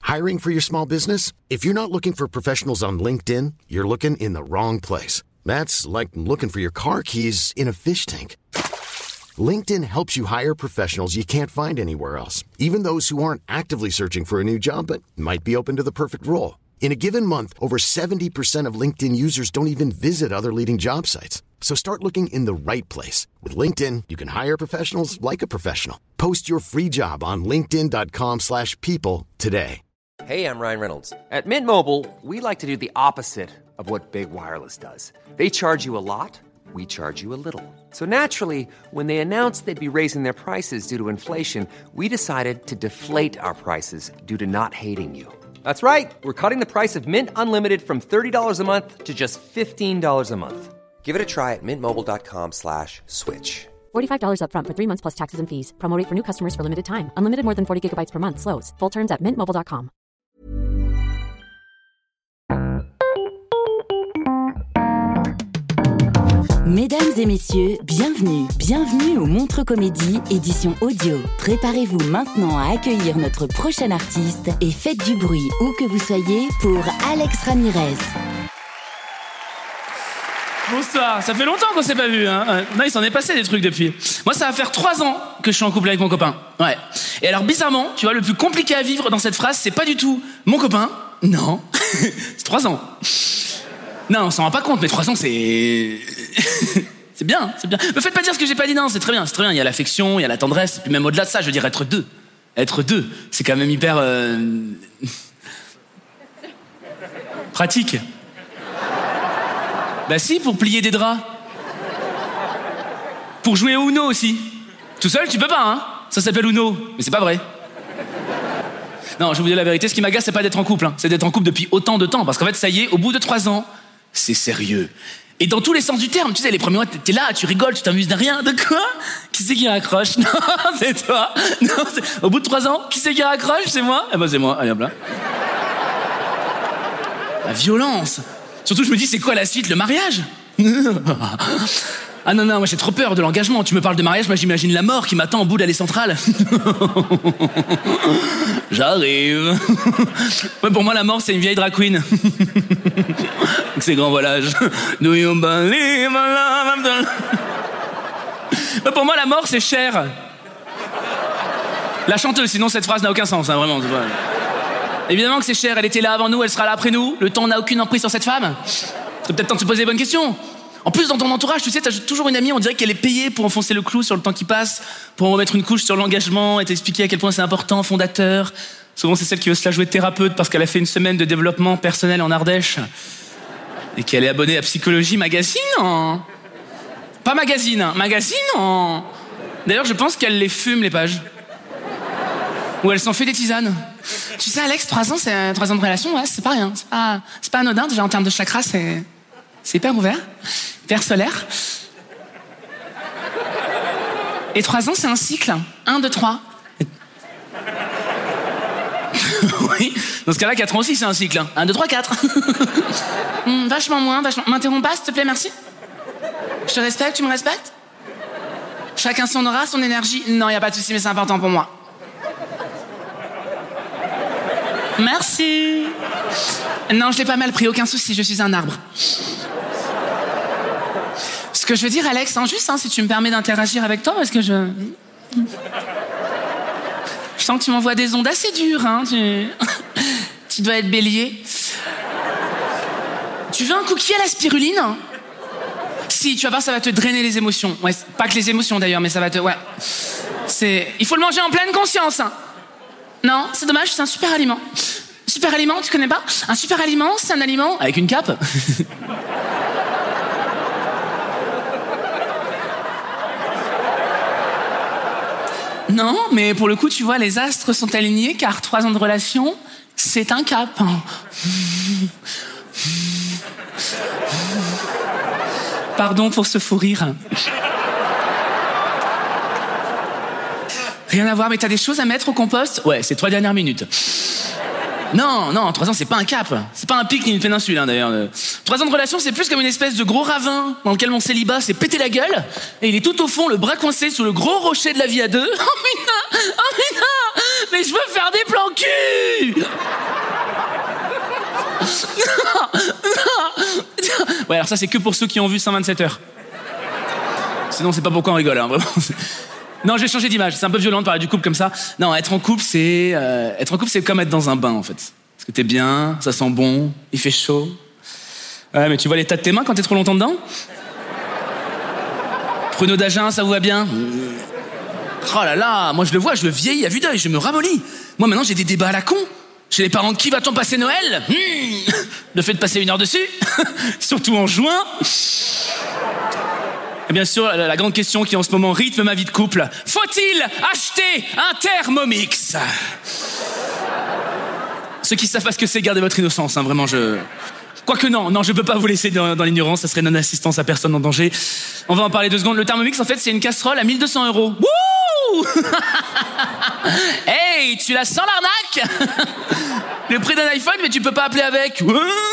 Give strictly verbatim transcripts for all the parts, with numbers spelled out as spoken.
Hiring for your small business? If you're not looking for professionals on LinkedIn, you're looking in the wrong place. That's like looking for your car keys in a fish tank. LinkedIn helps you hire professionals you can't find anywhere else, even those who aren't actively searching for a new job but might be open to the perfect role. In a given month, over seventy percent of LinkedIn users don't even visit other leading job sites. So start looking in the right place. With LinkedIn, you can hire professionals like a professional. Post your free job on linkedin.com slash people today. Hey, I'm Ryan Reynolds. At Mint Mobile, we like to do the opposite of what Big Wireless does. They charge you a lot, we charge you a little. So naturally, when they announced they'd be raising their prices due to inflation, we decided to deflate our prices due to not hating you. That's right. We're cutting the price of Mint Unlimited from thirty dollars a month to just fifteen dollars a month. Give it a try at mintmobile.com slash switch. forty-five dollars up front for three months plus taxes and fees. Promo rate for new customers for limited time. Unlimited more than forty gigabytes per month. Slows full terms at mint mobile dot com. Mesdames et messieurs, bienvenue, bienvenue au Montreux Comédie, édition audio. Préparez-vous maintenant à accueillir notre prochain artiste et faites du bruit où que vous soyez pour Alex Ramirez. Bonsoir, ça fait longtemps qu'on s'est pas vu, hein. Non, il s'en est passé des trucs depuis. Moi, ça va faire trois ans que je suis en couple avec mon copain. Ouais. Et alors, bizarrement, tu vois, le plus compliqué à vivre dans cette phrase, c'est pas du tout mon copain. Non. C'est trois ans. Non, on s'en rend pas compte, mais trois ans, c'est... c'est bien, c'est bien. Me faites pas dire ce que j'ai pas dit, non, c'est très bien, c'est très bien. Il y a l'affection, il y a la tendresse, et puis même au-delà de ça, je veux dire, être deux. Être deux, c'est quand même hyper... Euh... pratique. Bah si, pour plier des draps. Pour jouer au Uno aussi. Tout seul, tu peux pas, hein. Ça s'appelle Uno, mais c'est pas vrai. Non, je vais vous dire la vérité, ce qui m'agace, c'est pas d'être en couple, hein. C'est d'être en couple depuis autant de temps, parce qu'en fait, ça y est, au bout de trois ans, c'est sérieux. Et dans tous les sens du terme, tu sais, les premiers mois, t'es là, tu rigoles, tu t'amuses de rien. De quoi? Qui c'est qui raccroche? Non, c'est toi. Non, c'est... Au bout de trois ans, qui c'est qui raccroche? C'est moi? Eh ben, c'est moi. Allez, hop là. La violence. Surtout, je me dis, c'est quoi la suite? Le mariage? Ah non, non, moi j'ai trop peur de l'engagement. Tu me parles de mariage, moi j'imagine la mort qui m'attend au bout de l'allée centrale. J'arrive. Ouais, pour moi, la mort, c'est une vieille drag queen. Avec ses grands voilages. Do you believe in love? Ouais, pour moi, la mort, c'est Cher. La chanteuse, sinon cette phrase n'a aucun sens, hein, vraiment. C'est pas... Évidemment que c'est Cher, elle était là avant nous, elle sera là après nous. Le temps n'a aucune emprise sur cette femme. C'est peut-être temps de se poser les bonnes questions. En plus, dans ton entourage, tu sais, t'as toujours une amie, on dirait qu'elle est payée pour enfoncer le clou sur le temps qui passe, pour en remettre une couche sur l'engagement et t'expliquer à quel point c'est important, fondateur. Souvent, c'est celle qui veut se la jouer de thérapeute parce qu'elle a fait une semaine de développement personnel en Ardèche et qu'elle est abonnée à Psychologie Magazine. Hein. Pas Magazine, hein. Magazine. Hein. D'ailleurs, je pense qu'elle les fume, les pages. Ou elle s'en fait des tisanes. Tu sais, Alex, trois ans, c'est trois ans de relation, ouais, c'est pas rien. C'est pas, c'est pas anodin, déjà en termes de chakra, c'est... C'est hyper ouvert, hyper solaire. Et trois ans, c'est un cycle. Un, deux, trois. Oui, dans ce cas-là, quatre ans aussi, c'est un cycle. Un, deux, trois, quatre. Hum, vachement moins, vachement... M'interromps pas, s'il te plaît, merci. Je te respecte, tu me respectes? Chacun son aura, son énergie. Non, y a pas de souci, mais c'est important pour moi. Merci. Non, je l'ai pas mal pris, aucun souci, je suis un arbre. Ce que je veux dire, Alex, hein, juste, hein, si tu me permets d'interagir avec toi, parce que je... Je sens que tu m'envoies des ondes assez dures, hein, tu... tu dois être bélier. Tu veux un cookie à la spiruline? Si, tu vas voir, ça va te drainer les émotions. Ouais, pas que les émotions d'ailleurs, mais ça va te... Ouais. C'est... Il faut le manger en pleine conscience, hein. Non, c'est dommage, c'est un super aliment. Super aliment, tu connais pas? Un super aliment, c'est un aliment... Avec une cape. Non, mais pour le coup, tu vois, les astres sont alignés, car trois ans de relation, c'est un cap. Pardon pour ce fou rire. Rien à voir, mais t'as des choses à mettre au compost? Ouais, c'est trois dernières minutes. Non, non, trois ans, c'est pas un cap. C'est pas un pic ni une péninsule, hein, d'ailleurs. Trois ans de relation, c'est plus comme une espèce de gros ravin dans lequel mon célibat s'est pété la gueule et il est tout au fond, le bras coincé sous le gros rocher de la vie à deux. Oh, mais non, oh, mais non, mais je veux faire des plans cul. Ouais, alors ça, c'est que pour ceux qui ont vu cent vingt-sept heures. Sinon, c'est pas pourquoi on rigole, hein, vraiment. Non, je vais changer d'image. C'est un peu violent de parler du couple comme ça. Non, être en couple, c'est... Euh, être en couple, c'est comme être dans un bain, en fait. Parce que t'es bien, ça sent bon, il fait chaud. Ouais, mais tu vois l'état de tes mains quand t'es trop longtemps dedans? Pruneau d'Agen, ça vous va bien? Oh là là, moi je le vois, je le vieillis à vue d'œil, je me ramollis. Moi maintenant j'ai des débats à la con. Chez les parents, qui va-t-on passer Noël? mmh, Le fait de passer une heure dessus, surtout en juin. Et bien sûr, la, la grande question qui en ce moment rythme ma vie de couple. Faut-il acheter un Thermomix? Ceux qui savent pas ce que c'est, gardez votre innocence, hein, vraiment je... Quoique non, non, je peux pas vous laisser dans, dans l'ignorance, ça serait non-assistance à personne en danger. On va en parler deux secondes. Le Thermomix, en fait, c'est une casserole à mille deux cents euros. Wouh! Hey, tu la sens l'arnaque? Le prix d'un iPhone, mais tu peux pas appeler avec.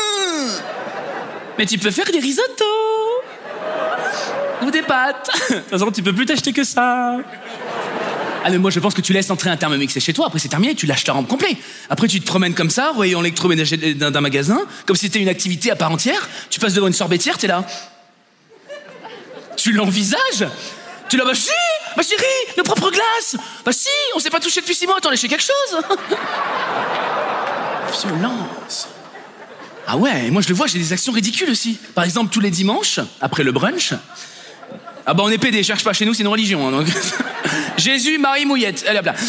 Mais tu peux faire des risottos. Ou des pâtes. De toute façon, tu peux plus t'acheter que ça. Ah mais moi je pense que tu laisses entrer un Thermomix chez toi, après c'est terminé, tu lâches ta rampe complet. Après tu te promènes comme ça, rayon électroménager d'un, d'un magasin, comme si c'était une activité à part entière, tu passes devant une sorbetière, t'es là. Tu l'envisages? Tu l'as, bah si, bah chérie, nos propres glaces. Bah si, on s'est pas touché depuis six mois, t'en léché quelque chose. Violence. Ah ouais, moi je le vois, j'ai des actions ridicules aussi. Par exemple, tous les dimanches, après le brunch... Ah bah on est pédé, cherche pas chez nous, c'est une religion. Hein, donc... Jésus, Marie, Mouillette. Allez hop là.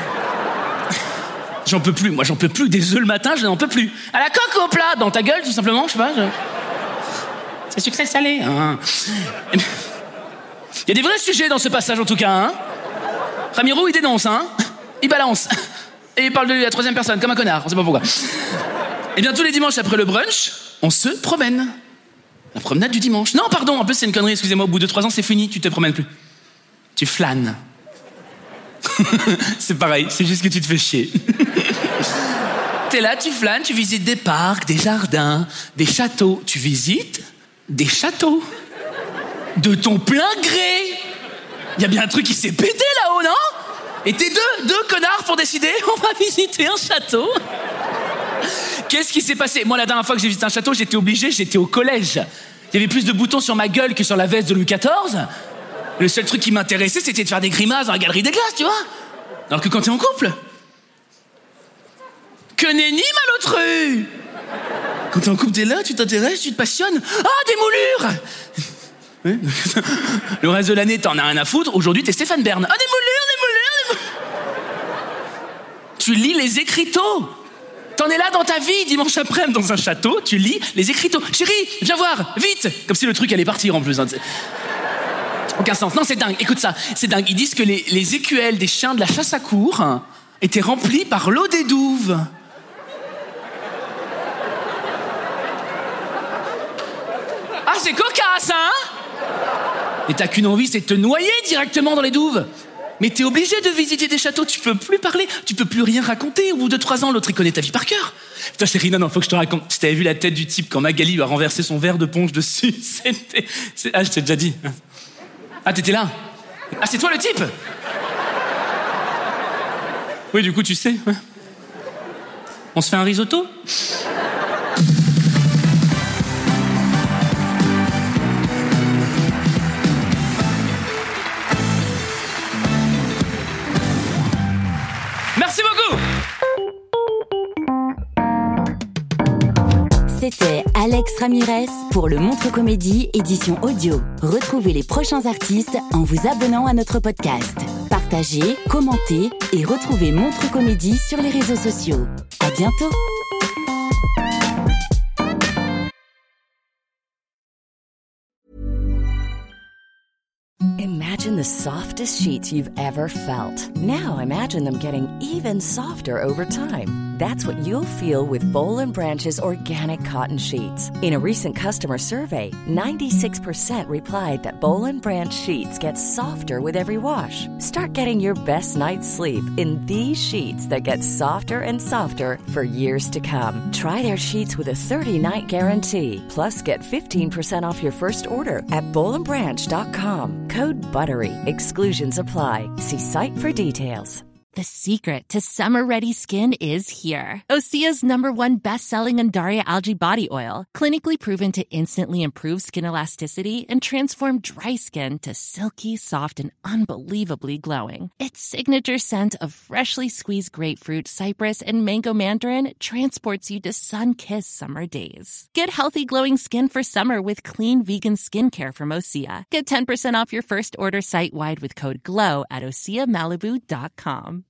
J'en peux plus, moi j'en peux plus. Des œufs le matin, je n'en peux plus. À la coque ou au plat? Dans ta gueule, tout simplement, je sais pas. Je... C'est sucré salé. Hein. Il y a des vrais sujets dans ce passage en tout cas. Hein. Ramiro, il dénonce, hein. Il balance. Et il parle de la troisième personne, comme un connard, on sait pas pourquoi. Et bien tous les dimanches après le brunch, on se promène. La promenade du dimanche. Non, pardon, en plus c'est une connerie, excusez-moi, au bout de trois ans c'est fini, tu te promènes plus. Tu flânes. C'est pareil, c'est juste que tu te fais chier. T'es là, tu flânes, tu visites des parcs, des jardins, des châteaux. Tu visites des châteaux. De ton plein gré. Il y a bien un truc qui s'est pété là-haut, non? Et t'es deux, deux connards pour décider, on va visiter un château. Qu'est-ce qui s'est passé? Moi, la dernière fois que j'ai visité un château, j'étais obligé, j'étais au collège. Il y avait plus de boutons sur ma gueule que sur la veste de Louis quatorze. Le seul truc qui m'intéressait, c'était de faire des grimaces dans la galerie des glaces, tu vois. Alors que quand t'es en couple... Que nenni, malotru! Quand t'es en couple, t'es là, tu t'intéresses, tu te passionnes. Ah, des moulures! Le reste de l'année, t'en as rien à foutre. Aujourd'hui, t'es Stéphane Bern. Ah, des moulures, des moulures, des moulures. Tu lis les écriteaux. T'en es là dans ta vie, dimanche après-midi, dans un château, tu lis les écriteaux. Chérie, viens voir, vite! Comme si le truc allait partir en plus. Hein. Aucun sens. Non, c'est dingue. Écoute ça, c'est dingue. Ils disent que les, les écuelles des chiens de la chasse à courre hein, étaient remplies par l'eau des douves. Ah, c'est cocasse, hein? Et t'as qu'une envie, c'est de te noyer directement dans les douves. Mais t'es obligé de visiter des châteaux, tu peux plus parler, tu peux plus rien raconter. Au bout de trois ans, l'autre, il connaît ta vie par cœur. Putain, chérie, non, non, faut que je te raconte. Si t'avais vu la tête du type quand Magali lui a renversé son verre de punch dessus, c'était... C'est... Ah, je t'ai déjà dit. Ah, t'étais là? Ah, c'est toi le type? Oui, du coup, tu sais. Ouais. On se fait un risotto? Merci beaucoup. C'était Alex Ramirez pour le Montre Comédie édition audio. Retrouvez les prochains artistes en vous abonnant à notre podcast. Partagez, commentez et retrouvez Montre Comédie sur les réseaux sociaux. À bientôt. Imagine the softest sheets you've ever felt. Now imagine them getting even softer over time. That's what you'll feel with Boll and Branch's organic cotton sheets. In a recent customer survey, ninety-six percent replied that Boll and Branch sheets get softer with every wash. Start getting your best night's sleep in these sheets that get softer and softer for years to come. Try their sheets with a thirty-night guarantee. Plus, get fifteen percent off your first order at boll and branch dot com. Code BUTTERY. Exclusions apply. See site for details. The secret to summer-ready skin is here. Osea's number one best-selling Undaria Algae Body Oil, clinically proven to instantly improve skin elasticity and transform dry skin to silky, soft, and unbelievably glowing. Its signature scent of freshly squeezed grapefruit, cypress, and mango mandarin transports you to sun-kissed summer days. Get healthy, glowing skin for summer with clean vegan skincare from Osea. Get ten percent off your first order site-wide with code GLOW at osea malibu dot com.